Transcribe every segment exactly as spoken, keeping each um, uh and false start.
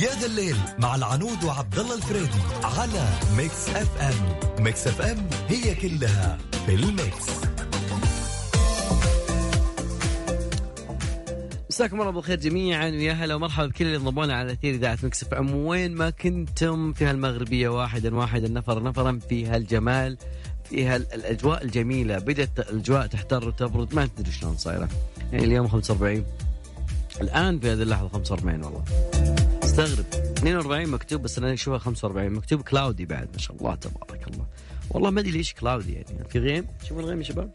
يا ذا الليل مع العنود وعبد الله الفريدي على ميكس اف ام. ميكس اف ام هي كلها في الميكس. مساكم الله بالخير جميعا ويا هلا ومرحبا بكل اللي انضمونا على اثير اذاعه ميكس اف ام وين ما كنتم في هالمغربيه، واحدا واحدا نفر نفرا في هالجمال، في هالاجواء الجميله. بدت الاجواء تحتر وتبرد، ما تدري شلون صايره. يعني اليوم خمسة وأربعين، الان في هذه اللحظه خمسة وأربعين. والله استغرب اثنين وأربعين مكتوب، بس انا اشوفها خمسة وأربعين مكتوب كلاودي بعد. ما شاء الله تبارك الله. والله ما ادري ليش كلاودي، يعني في غيم. شوفوا الغيم يا شباب.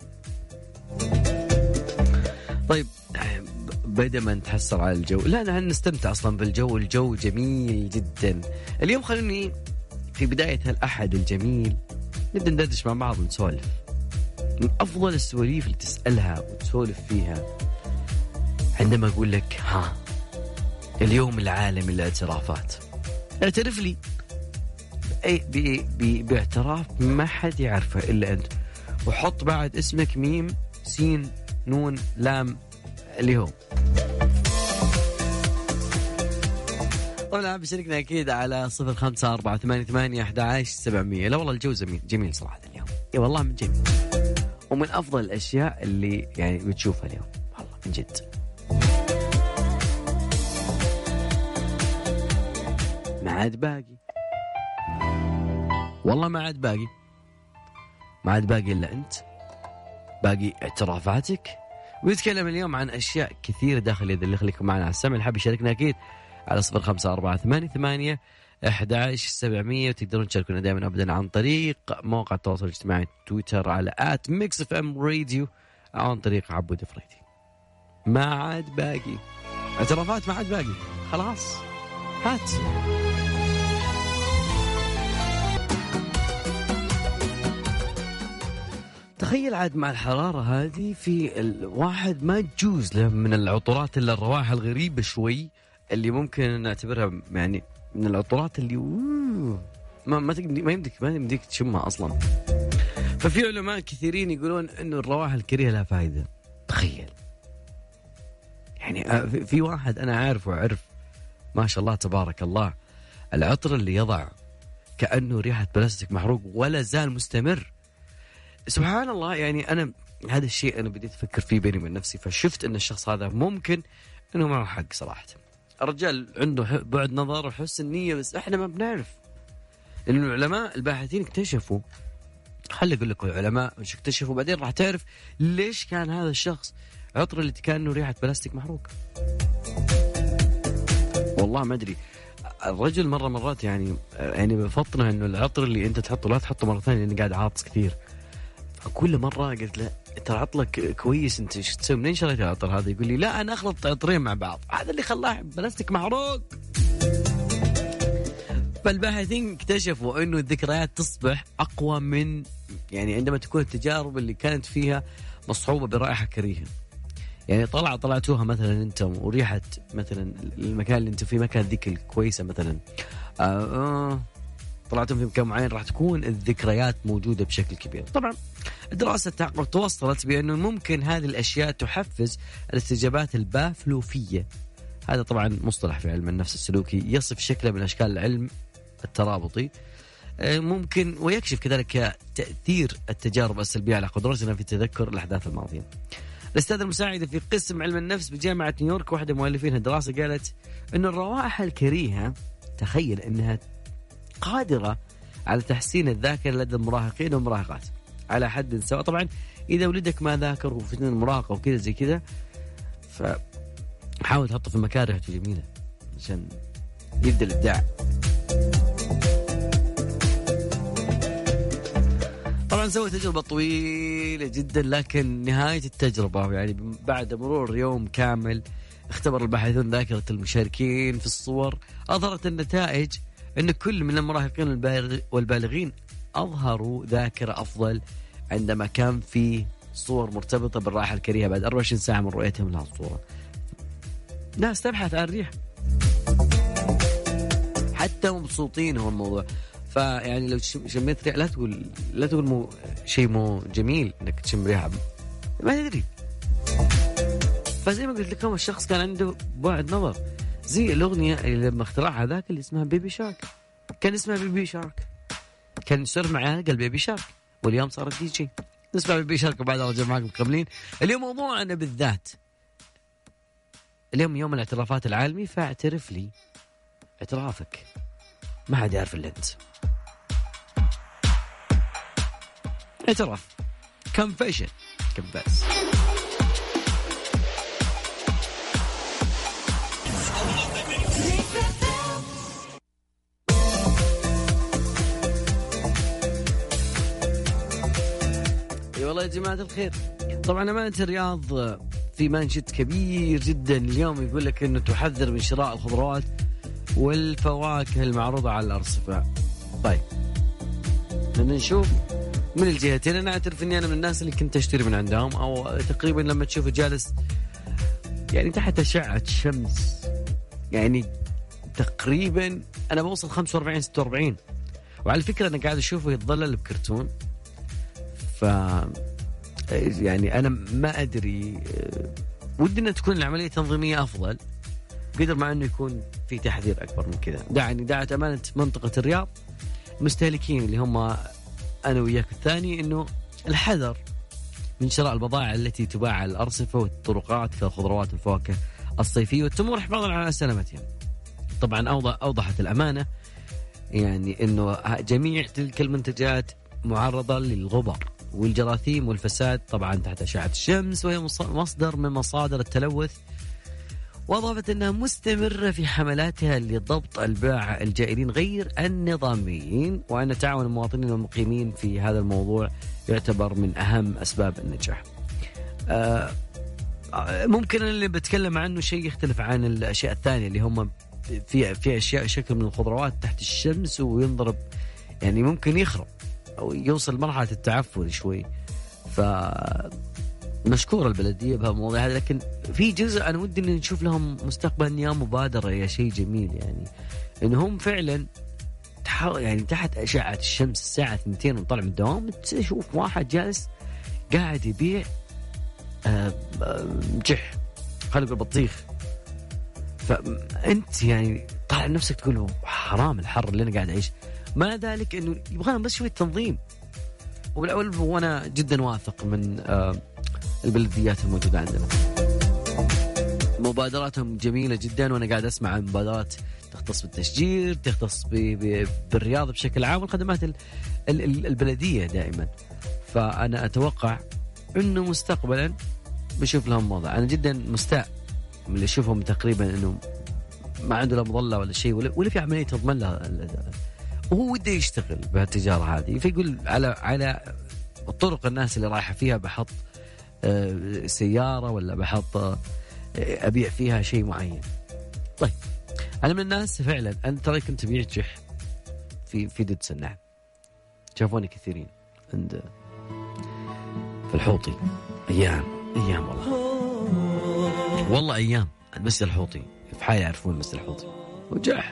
طيب بدأ ما نتحسر على الجو، لا أنا نستمتع أصلا بالجو. الجو جميل جدا اليوم. خلوني في بداية هالأحد الجميل نبدأ ندردش مع بعض ونسولف. من أفضل السواليف اللي تسألها وتسولف فيها عندما أقول لك ها اليوم العالمي للاعترافات، اعترف لي بأي باعتراف ما حد يعرفه إلا أنت، وحط بعد اسمك ميم سين نون لام اليوم. طبعا بشاركنا أكيد على صفر خمسة أربعة ثمانية ثمانية أحد عشر سبعمية. لا والله الجو جميل جميل صراحة اليوم، يا والله من جميل، ومن أفضل الأشياء اللي يعني بتشوفها اليوم والله من جد. ما عاد باقي، والله ما عاد باقي، ما عاد باقي إلا أنت، باقي اعترافاتك. ونتكلم اليوم عن أشياء كثيرة داخل يد اللي خليكم معنا على السمع. اللي حاب يشاركنا أكيد على صفر خمسة أربعة ثمانية ثمانية أحد عشر سبعمية، وتقدرون تشاركونا دائما أبدا عن طريق موقع التواصل الاجتماعي تويتر على آت ميكس اف ام راديو، أو عن طريق عبود فريدي. ما عاد باقي اعترافات، ما عاد باقي، خلاص هات. تخيل عاد مع الحرارة هذه في الواحد ما تجوز له من العطورات إلا الروائح الغريبة شوي، اللي ممكن نعتبرها يعني من العطورات اللي ما ما تقدر ما يمديك ما يمديك تشمها أصلا. ففي علماء كثيرين يقولون إنه الروائح الكريهة لها فائدة. تخيل يعني في واحد أنا عارف وعرف ما شاء الله تبارك الله، العطر اللي يضع كأنه ريحة بلاستيك محروق ولا زال مستمر. سبحان الله. يعني أنا هذا الشيء أنا بديت أفكر فيه بيني وبين نفسي، فشفت أن الشخص هذا ممكن أنه معه حق صراحة. الرجال عنده بعد نظر وحسن نية، بس إحنا ما بنعرف، لأن العلماء الباحثين اكتشفوا. خلي أقول لكم العلماء وش اكتشفوا، بعدين راح تعرف ليش كان هذا الشخص عطر اللي كأنه ريحة بلاستيك محروق. والله ما أدري. الرجل مرة مرات يعني يعني بفطنه إنه العطر اللي أنت تحطه لا تحطه مرة ثانية، لأنه قاعد عاطس كثير. كل مرة قلت له ترى عطلك كويس، انت ايش تسوي، منين شريت العطر هذا؟ يقول لي لا انا اخلط عطرين مع بعض، هذا اللي خلاه بلاستيك محروق. فالباحثين اكتشفوا انه الذكريات تصبح اقوى من يعني عندما تكون التجارب اللي كانت فيها مصحوبة برائحة كريهة. يعني طلع طلعتوها مثلا انتم وريحة مثلا المكان اللي انتم فيه ما كانت ذيك الكويسة مثلا، آه آه طلعتم في مكان معين، راح تكون الذكريات موجودة بشكل كبير. طبعا الدراسة التحقق توصلت بأنه ممكن هذه الأشياء تحفز الاستجابات البافلوفية. هذا طبعا مصطلح في علم النفس السلوكي يصف شكله من أشكال العلم الترابطي، ممكن ويكشف كذلك تأثير التجارب السلبية على قدرتنا في تذكر الأحداث الماضية. الأستاذة المساعدة في قسم علم النفس بجامعة نيويورك، واحدة مؤلفين الدراسة، قالت أن الروائح الكريهة تخيل أنها قادرة على تحسين الذاكرة لدى المراهقين والمراهقات على حد سواء. طبعا إذا ولدك ما ذاكر وفي سن المراهقة وكذا زي كذا، فحاول تحطه في مكان ريحته جميلة عشان يبدأ الإبداع. طبعا سوى تجربة طويلة جدا، لكن نهاية التجربة يعني بعد مرور يوم كامل اختبر الباحثون ذاكرة المشاركين في الصور، أظهرت النتائج أن كل من المراهقين والبالغين أظهروا ذاكرة أفضل عندما كان في صور مرتبطة بالرائحة الكريهة بعد أربعة وعشرين ساعة من رؤيتهم لها الصورة. ناس تبحث عن الريحة، حتى مبسوطين هو الموضوع. فيعني لو شميت ريحة لا تقول لا تقول مو شيء مو جميل إنك تشم ريحة، ما تدري. فزي ما قلت لكم الشخص كان عنده بعد نظر، زي الأغنية اللي لما اخترعها ذاك اللي اسمها بيبي شارك، كان اسمها بيبي شارك، كان يسولف معاها قال بيبي شارك، واليوم صارت دي جي. نسمع بيبي شارك وبعد رجع معكم مكملين. اليوم موضوعنا بالذات، اليوم يوم الاعترافات العالمي، فاعترف لي اعترافك، ما حد يعرف الا انت. اعتراف، confession، confess. والله يا جماعة الخير، طبعا أمانة الرياض في منشد كبير جدا اليوم يقول لك أنه تحذر من شراء الخضروات والفواكه المعروضة على الأرصفة. طيب بدنا نشوف من الجهتين. أنا أعترف أني أنا من الناس اللي كنت أشتري من عندهم، أو تقريبا لما تشوفه جالس يعني تحت أشعة شمس، يعني تقريبا أنا بوصل خمسة وأربعين ستة وأربعين، وعلى فكرة أنا قاعد أشوفه يتظلل بكرتون. ف يعني أنا ما أدري، ودنا تكون العملية تنظيمية أفضل قدر ما أنه يكون في تحذير أكبر من كذا. دعني دعت أمانة منطقة الرياض مستهلكين اللي هم أنا وياك الثاني أنه الحذر من شراء البضائع التي تباع على الأرصفة والطرقات كالخضروات والفواكه الصيفية والتمور حفاظا على سلامتهم. طبعا أوضحت الأمانة يعني أنه جميع تلك المنتجات معرضة للغبار والجراثيم والفساد طبعا تحت أشعة الشمس، وهي مصدر من مصادر التلوث. وأضافت أنها مستمرة في حملاتها لضبط الباعة الجائرين غير النظاميين، وأن تعاون المواطنين والمقيمين في هذا الموضوع يعتبر من أهم أسباب النجاح. آه ممكن اللي بتكلم عنه شيء يختلف عن الأشياء الثانية اللي هم في في أشياء شكل من الخضروات تحت الشمس وينضرب، يعني ممكن يخرب أو يوصل مرحلة التعفن شوي. فمشكورة البلدية بهالمواضيع هذه، لكن في جزء أنا ودي إن نشوف لهم مستقبلا يا مبادرة يا شيء جميل، يعني إنهم فعلا يعني تحت أشعة الشمس الساعة اثنتين ونطلع من الدوام تشوف واحد جالس قاعد يبيع جح خلق البطيخ. فأنت يعني طالع نفسك تقول حرام الحر اللي أنا قاعد أعيش. ما ذلك إنه يبغانا بس شوية تنظيم. وبالأول وأنا جدا واثق من البلديات الموجودة عندنا، مبادراتهم جميلة جدا، وأنا قاعد أسمع عن مبادرات تختص بالتشجير، تختص بالرياضة بشكل عام والخدمات البلدية دائما. فأنا أتوقع إنه مستقبلا بشوف لهم موضع. أنا جدا مستاء من اللي أشوفهم تقريبا إنه ما عنده لا مظلة ولا شيء ولا, ولا في عملية تضمن له، وهو وده يشتغل بهالتجارة هذه، فيقول على على الطرق الناس اللي رايحة فيها بحط سيارة ولا بحط أبيع فيها شيء معين. طيب أنا من الناس فعلا أنا ترى كنت أبيع جح في في دد سنة، شافوني كثيرين عند في الحوطي. أيام أيام والله والله أيام المسجد الحوطي في حالي يعرفون المسجد الحوطي وجح.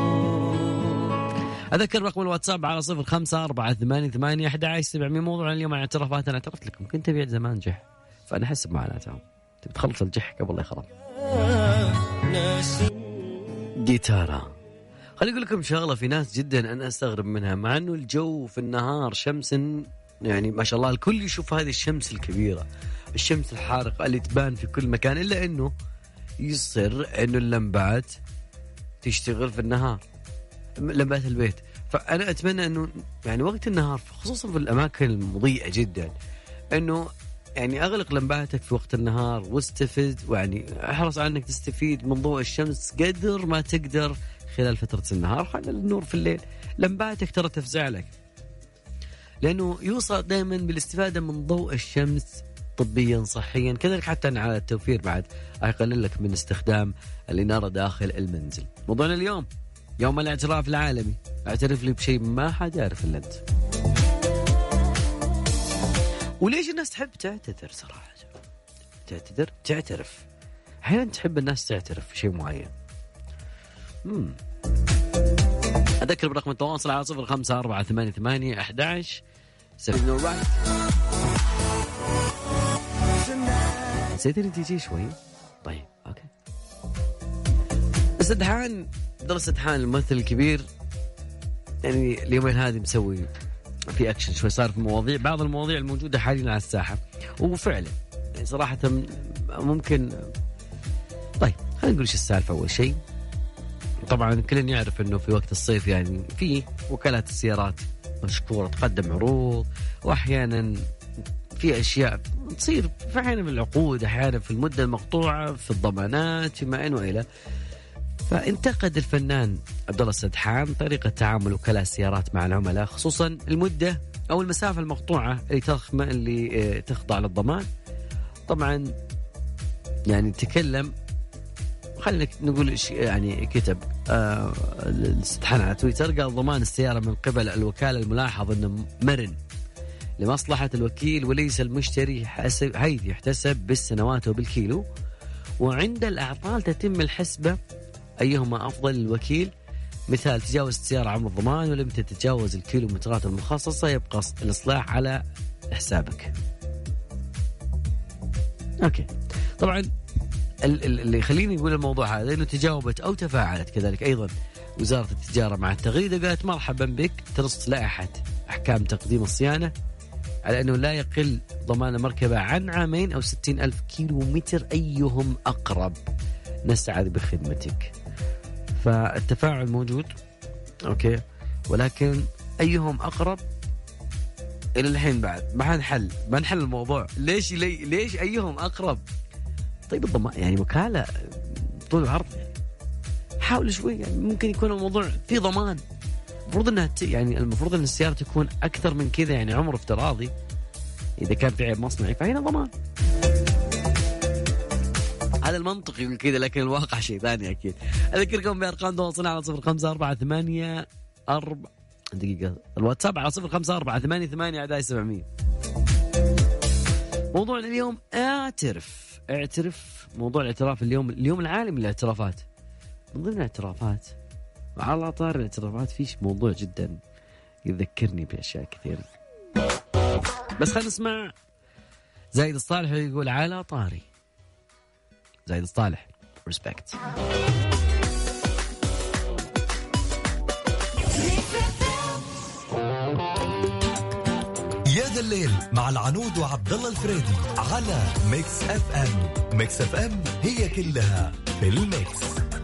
أذكر رقم الواتساب على صفر خمسة أربعة ثمانية ثمانية أحد عشر سبعمية. موضوع اليوم عن اعترافات. أنا اعترفت لكم كنت أبيع زمان جح، فأنا أحس بمعناتهم. تبي تخلص الجح قبل لا يخرب. جيتارة. خلي أقول لكم شغلة، في ناس جدا أنا أستغرب منها، مع أنه الجو في النهار شمس يعني ما شاء الله الكل يشوف هذه الشمس الكبيرة، الشمس الحارقة اللي تبان في كل مكان، إلا أنه يصير أنه اللمبات تشتغل في النهار، لمبات البيت. فأنا أتمنى أنه يعني وقت النهار خصوصا في الأماكن المضيئة جدا أنه يعني أغلق لمباتك في وقت النهار واستفد، ويعني احرص على أنك تستفيد من ضوء الشمس قدر ما تقدر خلال فترة النهار. خلال النور في الليل لمباتك ترى تفزع لك، لأنه يوصل دائما بالاستفادة من ضوء الشمس طبيا صحيا، كذلك حتى على التوفير بعد أقلل لك من استخدام الإنارة داخل المنزل. موضوعنا اليوم يوم الاعتراف العالمي. اعترف لي بشيء ما حد يعرف إلا أنت. وليش الناس تحب تعتذر صراحة؟ تعتذر تعترف أحيانا تحب الناس تعترف في شيء معين. مم. أذكر برقم التواصل على صفر خمسة أربعة ثمانية ثمانية أحد عشر سبعمية. نسيت اني تيجي شوي. طيب اوكي السدحان عبد الله السدحان الممثل الكبير يعني اليومين هذه مسوي في أكشن شوي، صار في مواضيع بعض المواضيع الموجودة حاليا على الساحة، وفعلا يعني صراحة ممكن. طيب خلينا نقول إيش السالفة. أول شيء طبعا كلنا يعرف إنه في وقت الصيف يعني في وكالات السيارات مشكورة تقدم عروض، وأحيانا في أشياء تصير في أحيانا في العقود، أحيانا في المدة المقطوعة، في الضمانات، فيما إن وإلى. فانتقد الفنان عبد الله السدحان طريقة تعامل وكلاء السيارات مع العملاء، خصوصا المدة أو المسافة المقطوعة اللي تخم اللي تخضع للضمان. طبعا يعني تكلم، خلينا نقول يعني كتب آه السدحان على تويتر، قال ضمان السيارة من قبل الوكالة الملاحظ أنه مرن لمصلحة الوكيل وليس المشتري، حسب حيث يحتسب بالسنوات وبالكيلو، وعند الأعطال تتم الحسبة أيهما أفضل للوكيل. مثال تجاوز السيارة عمر الضمان ولم تتجاوز الكيلومترات المخصصة يبقى الإصلاح على حسابك. أوكي طبعا اللي يخليني يقول الموضوع هذا إنه تجاوبت أو تفاعلت كذلك أيضا وزارة التجارة مع التغريدة، قالت مرحبا بك، ترص لائحة أحكام تقديم الصيانة على أنه لا يقل ضمان المركبة عن عامين أو ستين ألف كيلو متر أيهم أقرب، نسعد بخدمتك. فالتفاعل موجود أوكي، ولكن أيهم أقرب إلى الحين بعد ما حنحل ما نحل الموضوع. ليش لي ليش أيهم أقرب؟ طيب الضمان يعني وكالة طول العرض يعني. حاول شوي يعني ممكن يكون الموضوع في ضمان، المفروض انها يعني المفروض ان السيارة تكون اكثر من كذا، يعني عمر افتراضي اذا كان في عيب مصنعي فهنا ضمان. هذا المنطق يقول كذا، لكن الواقع شيء ثاني اكيد. اذكركم بارقام تواصلنا على صفر خمسة أربعة ثمانية أربعة دقيقة، الواتساب على صفر خمسة أربعة ثمانية ثمانية أحد سبعمية. موضوعنا اليوم اعترف اعترف موضوع الاعتراف اليوم، اليوم العالمي للاعترافات. من ضمن الاعترافات وعلى طار الاعترافات فيش موضوع جدا يذكرني بأشياء كثيرة، بس خلينا نسمع زايد الصالح يقول على طاري. زايد الصالح respect. يا ذا الليل مع العنود وعبد الله الفريدي على ميكس اف ام. ميكس اف ام هي كلها في الميكس.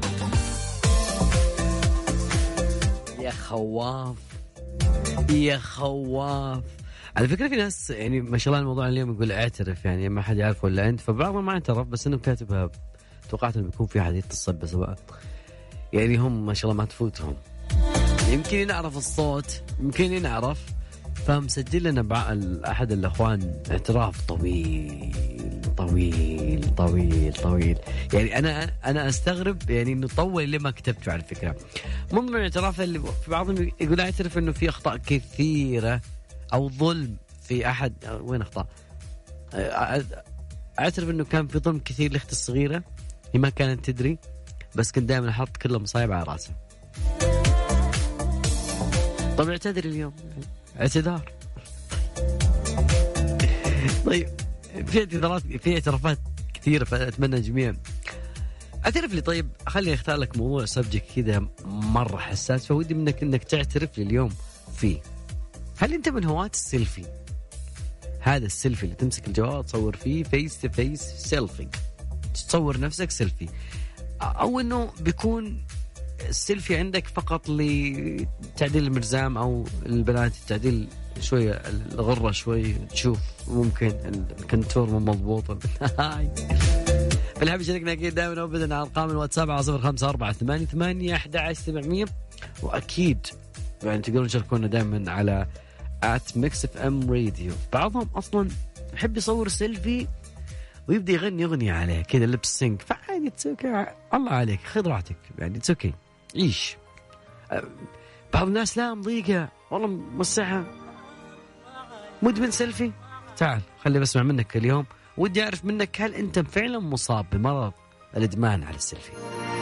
يا خواف يا خواف. على فكرة في ناس يعني ما شاء الله الموضوع اليوم يقول اعترف، يعني ما حد يعرف ولا انت، فبعضهم ما اعترف بس انه كاتبها. توقعت انه بيكون في احد يتصل بس بقى يعني هم ما شاء الله ما تفوتهم، يمكن نعرف الصوت يمكن نعرف، فمسجل لنا احد الاخوان اعتراف طويل طويل طويل طويل. يعني انا انا استغرب يعني انه طول لما كتبته. على فكره من ضمن الاعتراف اللي في بعضهم يقول اعترف انه في اخطاء كثيره او ظلم في احد. وين اخطاء؟ اعترف انه كان في ظلم كثير لاختي الصغيره، هي ما كانت تدري بس كنت دائما احط كل مصايب على راسها. طب اعتذر اليوم، اعتذار. طيب في اعتذارات في اعترافات كثيرة، فأتمنى الجميع اعترف لي. طيب خليني اختار لك موضوع سبجكت كذا مرة حساس، فودي منك انك تعترف لي اليوم فيه. هل انت من هواة السيلفي؟ هذا السيلفي اللي تمسك الجوال تصور فيه فيس تو فيس سيلفي، تصور نفسك سيلفي، او انه بيكون السيلفي عندك فقط لتعديل المرزام او البنات تعديل شوية الغرة شوي تشوف ممكن الكنتور مو مضبوط. فالحب شاركنا أكيد دائما وابدا على أرقام الواتساب على صفر خمسة أربعة ثمانية ثمانية أحد سبعمية، وأكيد يعني تقدرون تشاركونا دائما على آت ميكس اف ام راديو. بعضهم أصلا يحب يصور سيلفي ويبدأ يغني أغنية عليه كذا لب سينك، فعادي تسوكي الله عليك، خذ راحتك يعني تسوكي عيش. بعض الناس لا مضيقة والله موسعها مدمن سيلفي. تعال خلي بسمع منك اليوم، ودي أعرف منك هل أنت فعلا مصاب بمرض الإدمان على السيلفي؟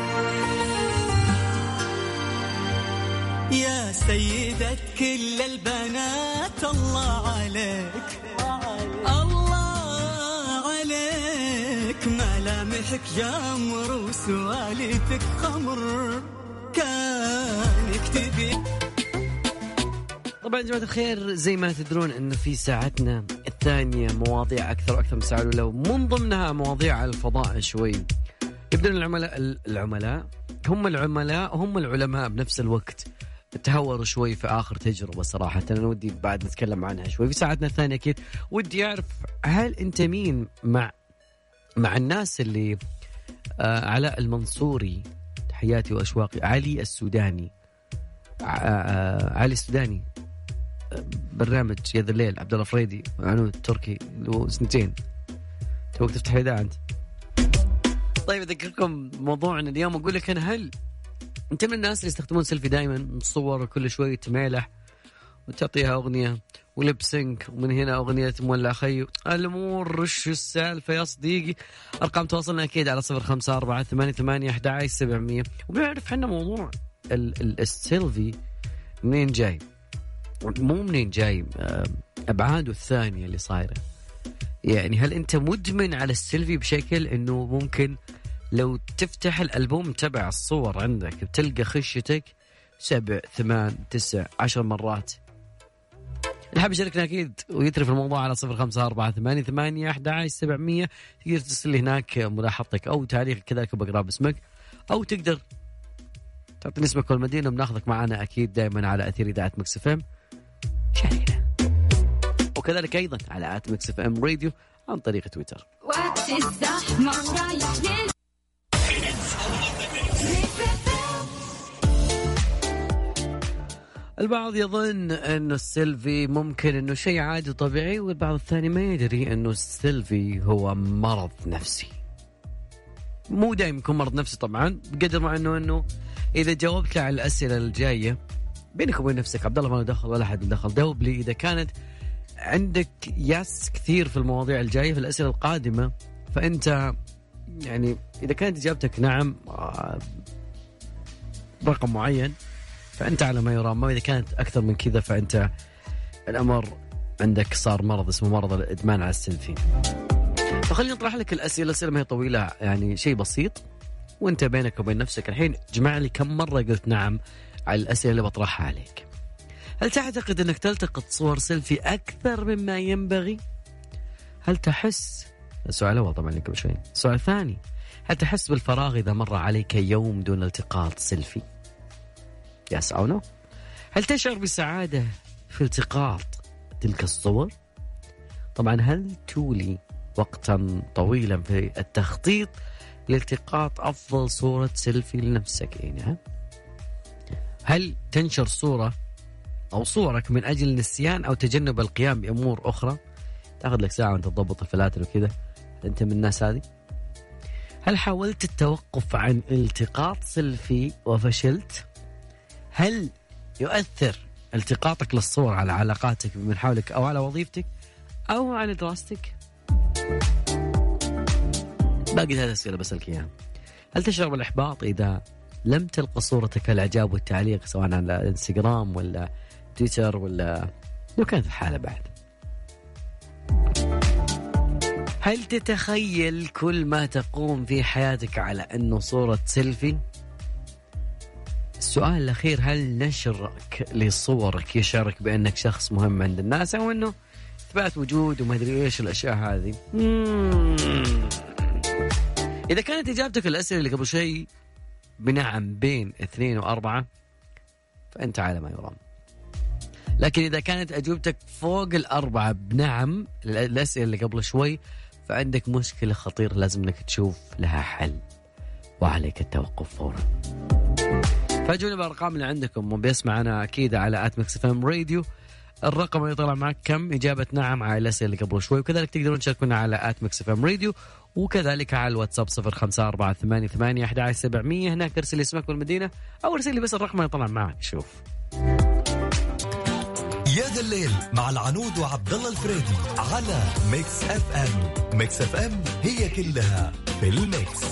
يا سيدة كل البنات الله عليك الله عليك، ما ملامحك جمر وسواليفك خمر كانك تبي. طبعا جماعة الخير زي ما تدرون انه في ساعتنا الثانية مواضيع اكثر واكثر من ساعة الاولى، ومن ضمنها مواضيع الفضاء شوي. يبدون العملاء العملاء هم العملاء هم العلماء بنفس الوقت. تهوروا شوي في آخر تجربة صراحة، أنا ودي بعد نتكلم عنها شوي في ساعتنا الثانية. أكيد ودي أعرف هل أنت مين مع مع الناس اللي آه علاء المنصوري، تحياتي وأشواقي، علي السوداني، آه علي السوداني، آه برنامج يا ذا الليل، عبد الله فريدي، عنود تركي له سنتين، توك تفتح إذاعة أنت. طيب أذكركم موضوعنا اليوم، أقول لك أنا هل أنت من الناس اللي يستخدمون سيلفي دائما، تصور كل شوي تميلح وتعطيها أغنية ولبسنك ومن هنا أغنية مولع خيو الأمور رش السالفة يا صديقي؟ أرقام تواصلنا أكيد على صفر خمسة أربعة ثمانية ثمانية أحد عشر سبعمية. وبنعرف حنا موضوع السيلفي منين جاي، مو منين جاي، أبعاده الثانية اللي صايرة. يعني هل أنت مدمن على السيلفي بشكل أنه ممكن لو تفتح الألبوم تبع الصور عندك بتلقى خشتك سبع ثمان تسع عشر مرات؟ اللي حاب يشاركنا أكيد ويترف الموضوع على صفر خمسة أربعة ثمانية ثمانية أحد عشر سبعمية. تقدر ترسل لي هناك ملاحظتك أو تعليقك كذلك بقرأ باسمك، أو تقدر تعطيني اسمك والمدينة بناخذك معنا أكيد دائما على أثير إذاعة ميكس اف ام. شاركنا وكذلك أيضا على آت ميكس اف ام راديو عن طريق تويتر. وقت الزحمة ورايح ليل. البعض يظن أنه السيلفي ممكن أنه شيء عادي طبيعي، والبعض الثاني ما يدري أنه السيلفي هو مرض نفسي. مو دائما يكون مرض نفسي طبعا، بقدر مع أنه أنه إذا جاوبت على الأسئلة الجاية بينك وبين نفسك، عبد الله ما دخل ولا أحد دخل، جاوب لي إذا كانت عندك ياس كثير في المواضيع الجاية في الأسئلة القادمة، فأنت يعني إذا كانت إجابتك نعم رقم معين فأنت على ما يرام، ما إذا كانت أكثر من كذا فأنت الأمر عندك صار مرض اسمه مرض الإدمان على السيلفي. فخليني أطرح لك الأسئلة، الأسئلة ما هي طويلة، يعني شيء بسيط، وأنت بينك وبين نفسك الحين جمع لي كم مرة قلت نعم على الأسئلة اللي بطرحها عليك. هل تعتقد أنك تلتقط صور سيلفي أكثر مما ينبغي؟ هل تحس، السؤال الأول طبعا قبل شوي، السؤال الثاني، هل تحس بالفراغ إذا مر عليك يوم دون التقاط سيلفي؟ يس أو نو؟ هل تشعر بسعادة في التقاط تلك الصور؟ طبعا هل تولي وقتا طويلا في التخطيط لالتقاط أفضل صورة سيلفي لنفسك؟ يعني هل تنشر صورة أو صورك من أجل نسيان أو تجنب القيام بأمور أخرى؟ تأخذ لك ساعة وأنت تضبط الفلاتر وكذا، أنت من الناس هذه؟ هل حاولت التوقف عن التقاط سيلفي وفشلت؟ هل يؤثر التقاطك للصور على علاقاتك بمن حولك أو على وظيفتك أو على دراستك؟ باقي هذه الأسئلة بسألك إياها. هل تشعر بالإحباط إذا لم تلقى صورتك الإعجاب والتعليق سواء على الانستغرام ولا تويتر ولا لو كانت الحالة بعد؟ هل تتخيل كل ما تقوم في حياتك على أنه صورة سيلفي؟ السؤال الأخير، هل نشرك لصورك يشعرك بأنك شخص مهم عند الناس أو أنه إثبات وجود وما أدري إيش الأشياء هذه؟ إذا كانت إجابتك الأسئلة اللي قبل شيء بنعم بين اثنين وأربعة فأنت على ما يرام. لكن إذا كانت أجوبتك فوق الأربعة بنعم الأسئلة اللي قبل شوي فعندك مشكلة خطيرة لازم انك تشوف لها حل وعليك التوقف فورا. فاجوني بأرقام اللي عندكم وبيسمع أنا أكيد على آت ميكس اف ام راديو. الرقم اللي طلع معك كم إجابة نعم على الأسئلة اللي قبل شوي، وكذلك تقدرون تشاركونا على آت ميكس اف ام راديو، وكذلك على الواتساب صفر خمسة أربعة ثمانية ثمانية أحد عشر سبعمية. هناك ارسل لي اسمك والمدينة أو ارسل لي بس الرقم اللي طلع معك. شوف يا ذا الليل مع العنود وعبد الله الفريدي على ميكس اف ام. ميكس اف ام هي كلها في الميكس.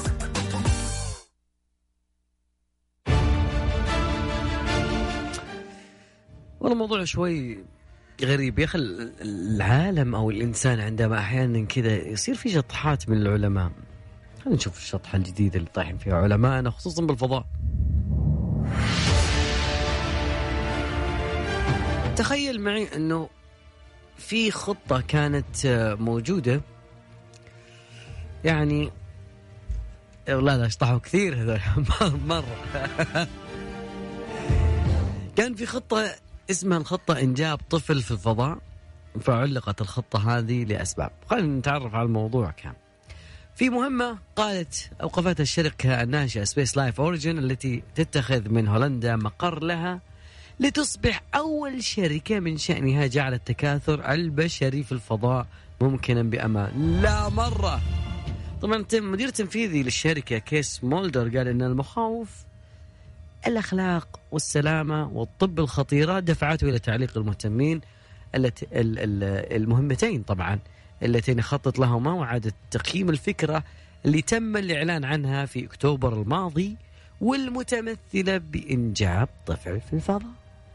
والله موضوع شوي غريب يا أخي. العالم أو الإنسان عندما أحيانا كذا يصير في شطحات من العلماء خلينا نشوف الشطحة الجديدة اللي طايحين فيها علماءنا خصوصا بالفضاء. تخيل معي أنه في خطة كانت موجودة، يعني لا لا اشطحوا كثير هذول مرة. كان في خطة اسمها الخطة إنجاب طفل في الفضاء، فعلقت الخطة هذه لأسباب. خلينا نتعرف على الموضوع. كان في مهمة قالت أوقفتها الشركة الناشئة سبيس لايف أوريجين التي تتخذ من هولندا مقر لها لتصبح أول شركة من شأنها جعل التكاثر البشري في الفضاء ممكنا بأمان. لا مرة. طبعا مدير تنفيذي للشركة كيس مولدر قال إن المخاوف الأخلاق والسلامة والطب الخطيرة دفعته إلى تعليق المهتمين التي المهمتين طبعا التي نخطط لهما، وعادة تقييم الفكرة اللي تم الإعلان عنها في أكتوبر الماضي والمتمثلة بإنجاب طفل في الفضاء.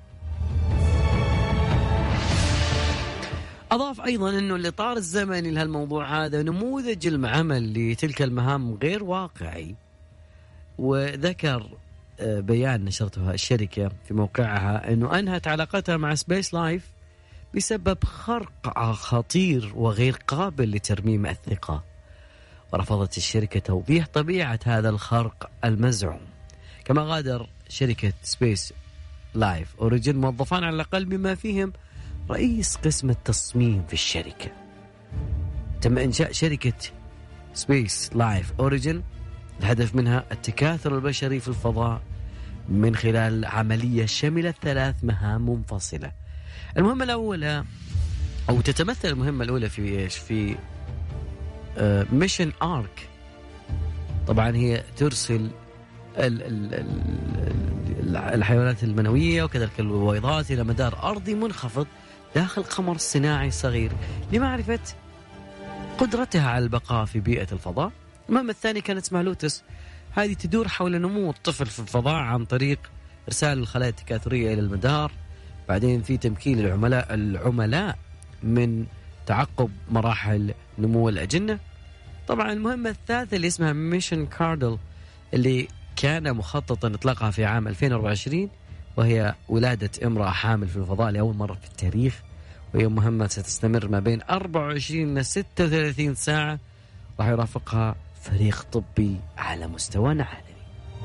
أضاف أيضا أنه الإطار الزمني لهالموضوع هذا نموذج العمل لتلك المهام غير واقعي. وذكر بيان نشرتها الشركة في موقعها أنه أنهت علاقتها مع سبيس لايف بسبب خرق خطير وغير قابل لترميم الثقة، ورفضت الشركة توضيح طبيعة هذا الخرق المزعوم. كما غادر شركة سبيس لايف أوريجين موظفان على الأقل بما فيهم رئيس قسم التصميم في الشركة. تم إنشاء شركة سبيس لايف أوريجين الهدف منها التكاثر البشري في الفضاء من خلال عملية شملت ثلاث مهام منفصلة. المهمة الأولى أو تتمثل المهمة الأولى في إيش؟ في ميشن آرك. طبعا هي ترسل ال ال ال الحيوانات المنوية وكذلك البويضات إلى مدار أرضي منخفض داخل قمر صناعي صغير لمعرفة قدرتها على البقاء في بيئة الفضاء. المهمة الثانية كانت اسمها لوتس، هذه تدور حول نمو الطفل في الفضاء عن طريق إرسال الخلايا التكاثرية إلى المدار. بعدين في تمكين العملاء العملاء من تعقب مراحل نمو الأجنة. طبعا المهمة الثالثة اللي اسمها ميشن كاردل اللي كان مخططا إطلاقها في عام ألفين وأربعة وعشرين، وهي ولادة امرأة حامل في الفضاء لأول مرة في التاريخ، وهي مهمة ستستمر ما بين أربعة وعشرين إلى ستة وثلاثين ساعة، راح يرافقها فريق طبي على مستوى عالمي.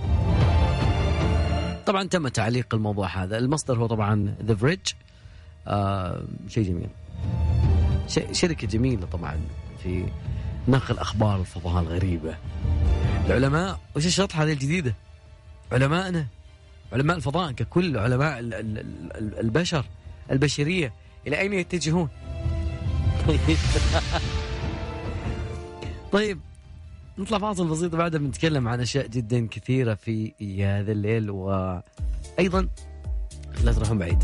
طبعا تم تعليق الموضوع هذا. المصدر هو طبعا ذا فريج. آه شيء جميل، شركة جميلة طبعا في نقل أخبار الفضاء الغريبة. العلماء وش الشطحة هذه الجديدة؟ علماءنا، علماء الفضاء ككل، علماء البشر البشرية إلى أين يتجهون؟ طيب نطلع فاصل بسيط بعدها بنتكلم عن أشياء جدا كثيرة في هذا الليل، وأيضا لا تروحون بعيد.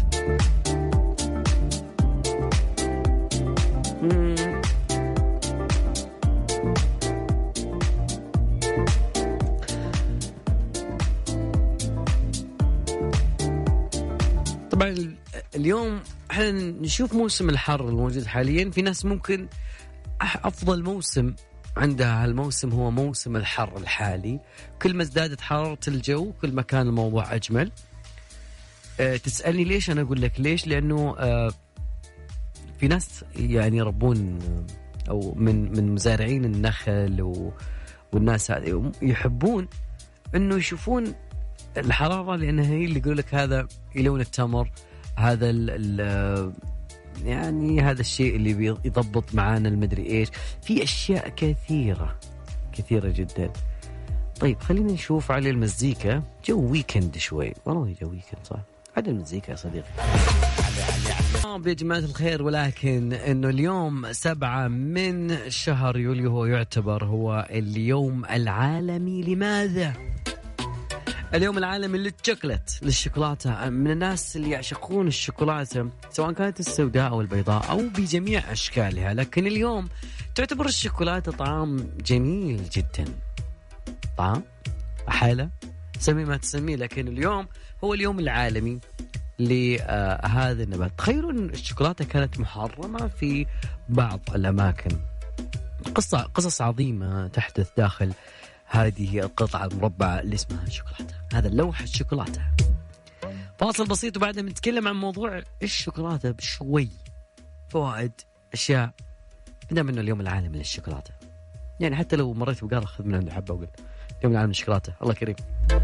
طبعا اليوم احنا نشوف موسم الحر الموجود حاليا. في ناس ممكن أفضل موسم عندها هالموسم هو موسم الحر الحالي. كل ما ازدادت حرارة الجو كل ما كان الموضوع أجمل. أه تسألني ليش؟ أنا أقول لك ليش. لأنه أه في ناس يعني يربون أو من من مزارعين النخل والناس هذه يحبون إنه يشوفون الحرارة، لأنها هي اللي يقول لك هذا يلون التمر، هذا ال يعني هذا الشيء اللي بيضبط معانا المدري إيش. في أشياء كثيرة كثيرة جدا. طيب خلينا نشوف على المزيكا. جو ويكند شوي، والله جو ويكند صح. على المزيكا يا صديقي. يا جماعة الخير، ولكن إنه اليوم سبعة من شهر يوليو هو يعتبر هو اليوم العالمي. لماذا؟ اليوم العالمي للشوكولاتة، للشوكولاتة. من الناس اللي يعشقون الشوكولاتة سواء كانت السوداء أو البيضاء أو بجميع أشكالها. لكن اليوم تعتبر الشوكولاتة طعام جميل جدا، طعام حالة سمي ما تسميه. لكن اليوم هو اليوم العالمي لهذا النبات. تخيلوا أن الشوكولاتة كانت محرمة في بعض الأماكن قصة قصص عظيمة تحدث داخل هذه القطعة المربعة اللي اسمها الشوكولاتة. هذا اللوح الشوكولاتة. فاصل بسيط وبعدها بنتكلم عن موضوع الشوكولاتة بشوي فوائد أشياء. دام إنه اليوم العالمي للشوكولاتة، يعني حتى لو مريت بقارة خذ من عنده حبة وقل اليوم العالمي للشوكولاتة. الله كريم.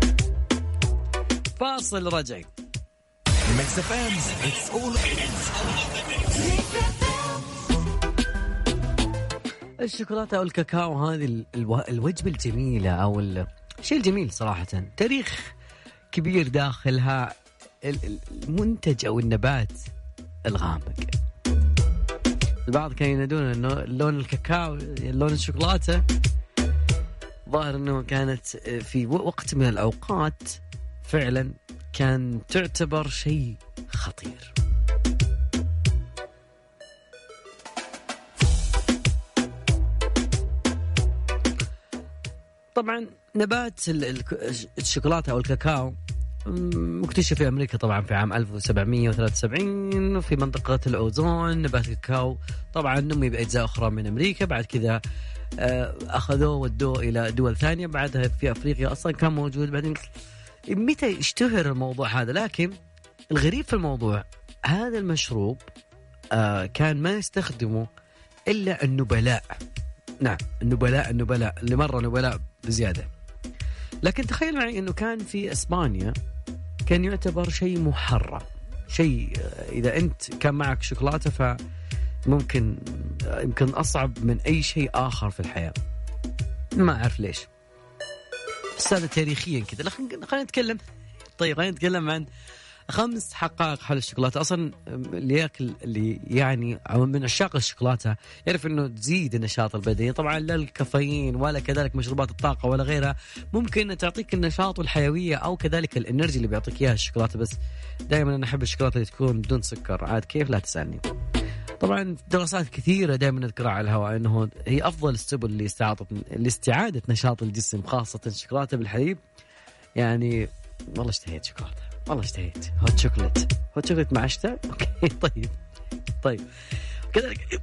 فاصل رجعي. ميكس اف ام it's all الشوكولاتة أو الكاكاو هذه الو... الوجبة الجميلة أو الشيء الجميل صراحة، تاريخ كبير داخلها المنتج أو النبات الغامق. البعض كانوا ينادون أنه لون الكاكاو لون الشوكولاتة، ظاهر أنه كانت في وقت من الأوقات فعلا كان تعتبر شيء خطير. طبعا نبات الشوكولاتة أو الكاكاو مكتشف في أمريكا طبعا في عام ألف وسبعمية وثلاثة وسبعين في منطقة الأوزون. نبات الكاكاو طبعا نمي بأجزاء أخرى من أمريكا، بعد كذا أخذوه ودوه إلى دول ثانية، بعدها في أفريقيا أصلا كان موجود. بعدين متى اشتهر الموضوع هذا؟ لكن الغريب في الموضوع هذا المشروب كان ما يستخدمه إلا النبلاء. نعم النبلاء النبلاء اللي مرة نبلاء بزيادة. لكن تخيل معي أنه كان في إسبانيا كان يعتبر شيء محرم، شيء إذا أنت كان معك شوكولاتة فممكن يمكن أصعب من أي شيء آخر في الحياة. ما أعرف ليش، بس هذا تاريخيا كذا. خلينا نتكلم. طيب خلينا نتكلم عن خمس حقائق حول الشوكولاتة. أصلا اللي يأكل اللي يعني من عشاق الشوكولاتة يعرف أنه تزيد النشاط البدني. طبعا لا الكافيين ولا كذلك مشروبات الطاقة ولا غيرها ممكن تعطيك النشاط والحيوية أو كذلك الإنرجي اللي بيعطيك إياها الشوكولاتة. بس دائما أنا أحب الشوكولاتة اللي تكون بدون سكر، عاد كيف لا تسألني. طبعا دراسات كثيرة دائما نذكرها على الهواء أنه هي أفضل السبل لاستعادة لاستعادة نشاط الجسم، خاصة الشوكولاتة بالحليب. يعني والله اشتهيت شوكولاتة، والله اشتهيت هوت شوكولات. هوت شوكولات مع عشتها. اوكي طيب طيب كذلك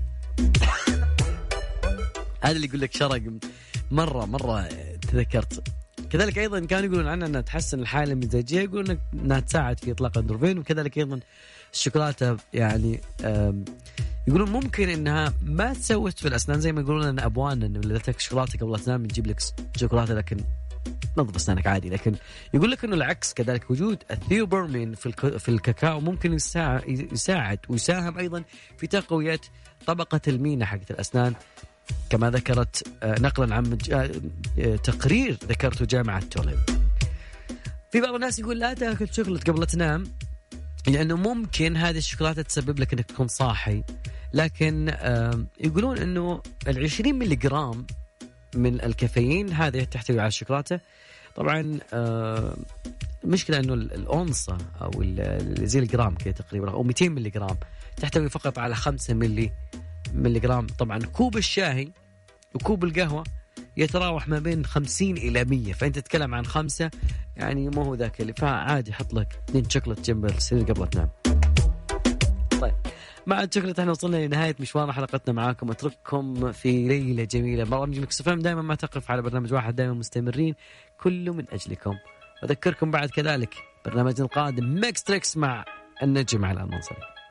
هذا اللي يقول لك شرق مرة مرة تذكرت. كذلك أيضا كانوا يقولون عنها أنها تحسن الحالة المزاجية، يقولون أنها تساعد في إطلاق اندورفين. وكذلك أيضا الشوكولاتة يعني يقولون ممكن أنها ما تسوس في الأسنان، زي ما يقولون أن أبواننا أنه إذا تاكل شوكولاتة قبل تنام نجيب لك شوكولاتة لكن نظف أسنانك عادي. لكن يقول لك إنه العكس، كذلك وجود الثيوبرمين في في الكاكاو ممكن يساعد ويساهم أيضا في تقوية طبقة المينا حقت الأسنان، كما ذكرت نقلا عن تقرير ذكرته جامعة تولين. في بعض الناس يقول لا تأكل شوكولاتة قبل تنام لأنه ممكن هذه الشوكولاتة تسبب لك إنك تكون صاحي. لكن يقولون إنه العشرين ملي جرام من الكافيين هذه تحتوي على الشوكولاتة. طبعا المشكلة أنه الأونصة أو زي الجرام كده تقريبا أو مئتين ملي جرام تحتوي فقط على خمسة ملي ملي جرام. طبعا كوب الشاي وكوب القهوة يتراوح ما بين خمسين إلى مية، فأنت تتكلم عن خمسة يعني ما هو ذاك اللي فعادي حط لك اثنين شوكولات جنب السرير قبل تنام. طيب مع الشوكولاتة احنا وصلنا لنهاية مشوار حلقتنا معاكم. اترككم في ليلة جميلة. برامج ميكس اف ام دائما ما تقف على برنامج واحد، دائما مستمرين كله من أجلكم. أذكركم بعد كذلك برنامجنا القادم ميكس تريكس مع النجم على المنصب.